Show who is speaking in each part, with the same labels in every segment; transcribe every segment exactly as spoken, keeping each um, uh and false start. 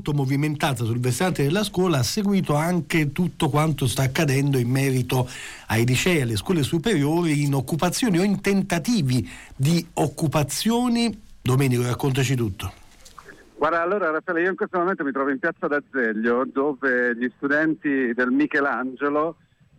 Speaker 1: molto movimentata sul versante della scuola, ha seguito anche tutto quanto sta accadendo in merito ai licei, alle scuole superiori, in occupazioni o in tentativi di occupazioni. Domenico, raccontaci tutto.
Speaker 2: Guarda, allora Raffaele, io in questo momento mi trovo in piazza d'Azeglio, dove gli studenti del Michelangelo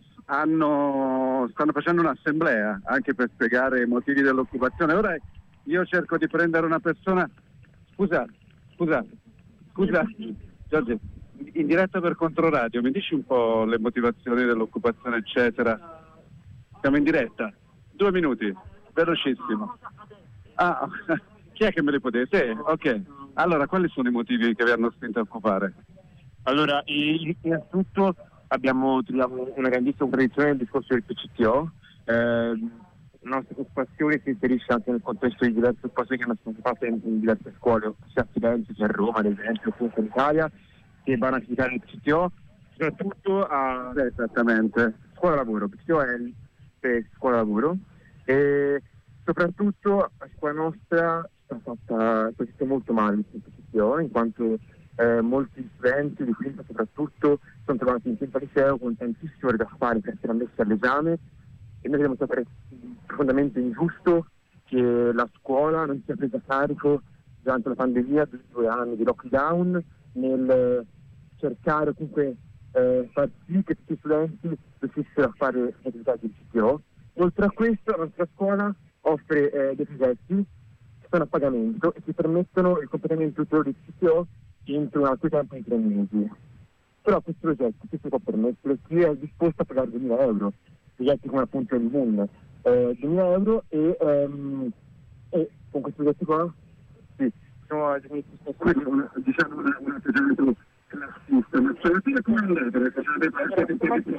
Speaker 2: hanno, stanno facendo un'assemblea anche per spiegare i motivi dell'occupazione. Ora io cerco di prendere una persona. Scusa, scusa, scusa, Giorgio, in diretta per Controradio, mi dici un po' le motivazioni dell'occupazione, eccetera? Siamo in diretta, due minuti, velocissimo. Ah, chi è che me li può dire? Te? Ok. Allora, quali sono i motivi che vi hanno spinto a occupare?
Speaker 3: Allora, innanzitutto abbiamo troviamo una grandissima tradizione nel discorso del P C T O. Eh, la nostra occupazione si inserisce anche nel contesto di diverse occupazioni che hanno stato fatte in, in diverse scuole, sia a Firenze sia a Roma, ad esempio, comunque in Italia, che vanno a applicare il P C T O, soprattutto a
Speaker 2: Sì, esattamente.
Speaker 3: scuola lavoro. P C T O è il per scuola lavoro, e soprattutto a scuola nostra è fatta questo molto male il P C T O, in quanto eh, molti studenti di quinta soprattutto sono trovati in quinta liceo con tantissime ore da fare per essere ammessi all'esame, e noi dobbiamo sapere profondamente ingiusto che la scuola non sia presa a carico durante la pandemia di due anni di lockdown nel cercare comunque eh, far sì che tutti gli studenti riuscissero a fare l'attività di P C T O. Oltre a questo, la nostra scuola offre eh, dei progetti che sono a pagamento e che permettono il completamento ulteriore di P C T O entro un altro tempo di tre mesi. Però questi progetti, chi si può permettere, chi è disposto a pagare duemila euro, progetti come appunto il Moon, eh, duemila euro e, um, e con questi progetti qua, sì, sono
Speaker 2: diciamo un atteggiamento classista, ma cioè dire come andate, perché sarebbe parte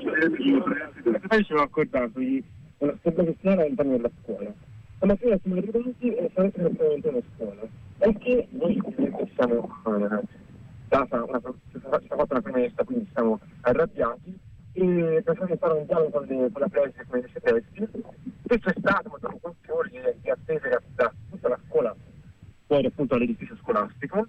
Speaker 3: poi ci ho accordato di una separazione all'interno della scuola. La mattina siamo arrivati e siamo all'interno della scuola. E che noi comunque siamo eh, data una fatta una premessa, quindi siamo arrabbiati e pensiamo di fare un dialogo con, le, con la preside, come dice Testi. Questo è stato, ma dopo quattro ore di attesa da tutta la scuola fuori appunto all'edificio scolastico.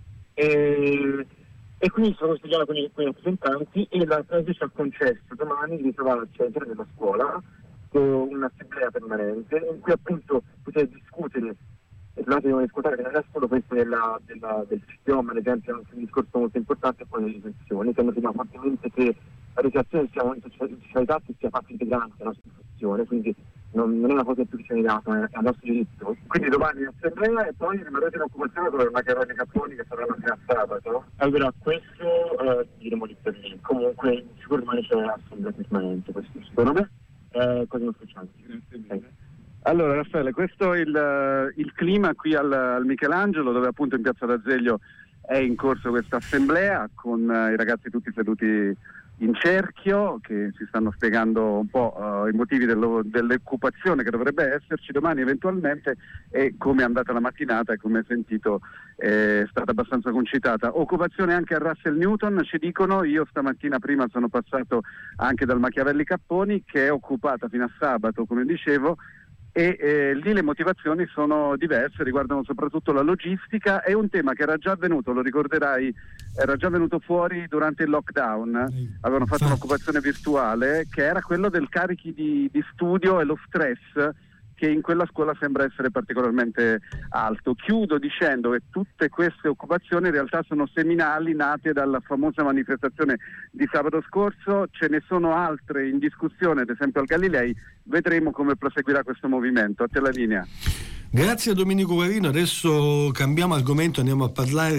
Speaker 3: E E quindi sono studiato con i, con i rappresentanti e la preside ci ha concesso domani di trovarci all'interno della scuola con un'assemblea permanente in cui appunto poter discutere, e tra l'altro devono discutere che non è solo questo della, della, del P C T O, ma ad esempio anche un discorso molto importante con le riflessioni, che noi fortemente che la recreazione sia una socialità che sia parte integrante della nostra istituzione, quindi non, non è una cosa più disseminata, è al nostro diritto. Quindi domani in assemblea e poi rimarrete in occupazione con le macaroni capponi che saranno fino a sabato. Allora, questo eh, diremo lì per lì. Comunque, sicuramente c'è assemblea permanente, questo secondo me. Eh, cosa non facciamo?
Speaker 2: Allora Raffaele, questo è il, il clima qui al, al Michelangelo, dove appunto in piazza d'Azeglio è in corso questa assemblea con uh, i ragazzi tutti seduti in cerchio che si stanno spiegando un po' uh, i motivi dello, dell'occupazione che dovrebbe esserci domani eventualmente e come è andata la mattinata e come hai sentito è stata abbastanza concitata. Occupazione anche a Russell Newton, ci dicono, io stamattina prima sono passato anche dal Machiavelli Capponi che è occupata fino a sabato come dicevo, e eh, lì le motivazioni sono diverse, riguardano soprattutto la logistica. È un tema che era già avvenuto, lo ricorderai, era già venuto fuori durante il lockdown, avevano fatto un'occupazione virtuale che era quello del carichi di, di studio e lo stress che in quella scuola sembra essere particolarmente alto. Chiudo dicendo che tutte queste occupazioni in realtà sono seminali nate dalla famosa manifestazione di sabato scorso, ce ne sono altre in discussione, ad esempio al Galilei, vedremo come proseguirà questo movimento. A te la linea.
Speaker 1: Grazie a Domenico Guarino, adesso cambiamo argomento, andiamo a parlare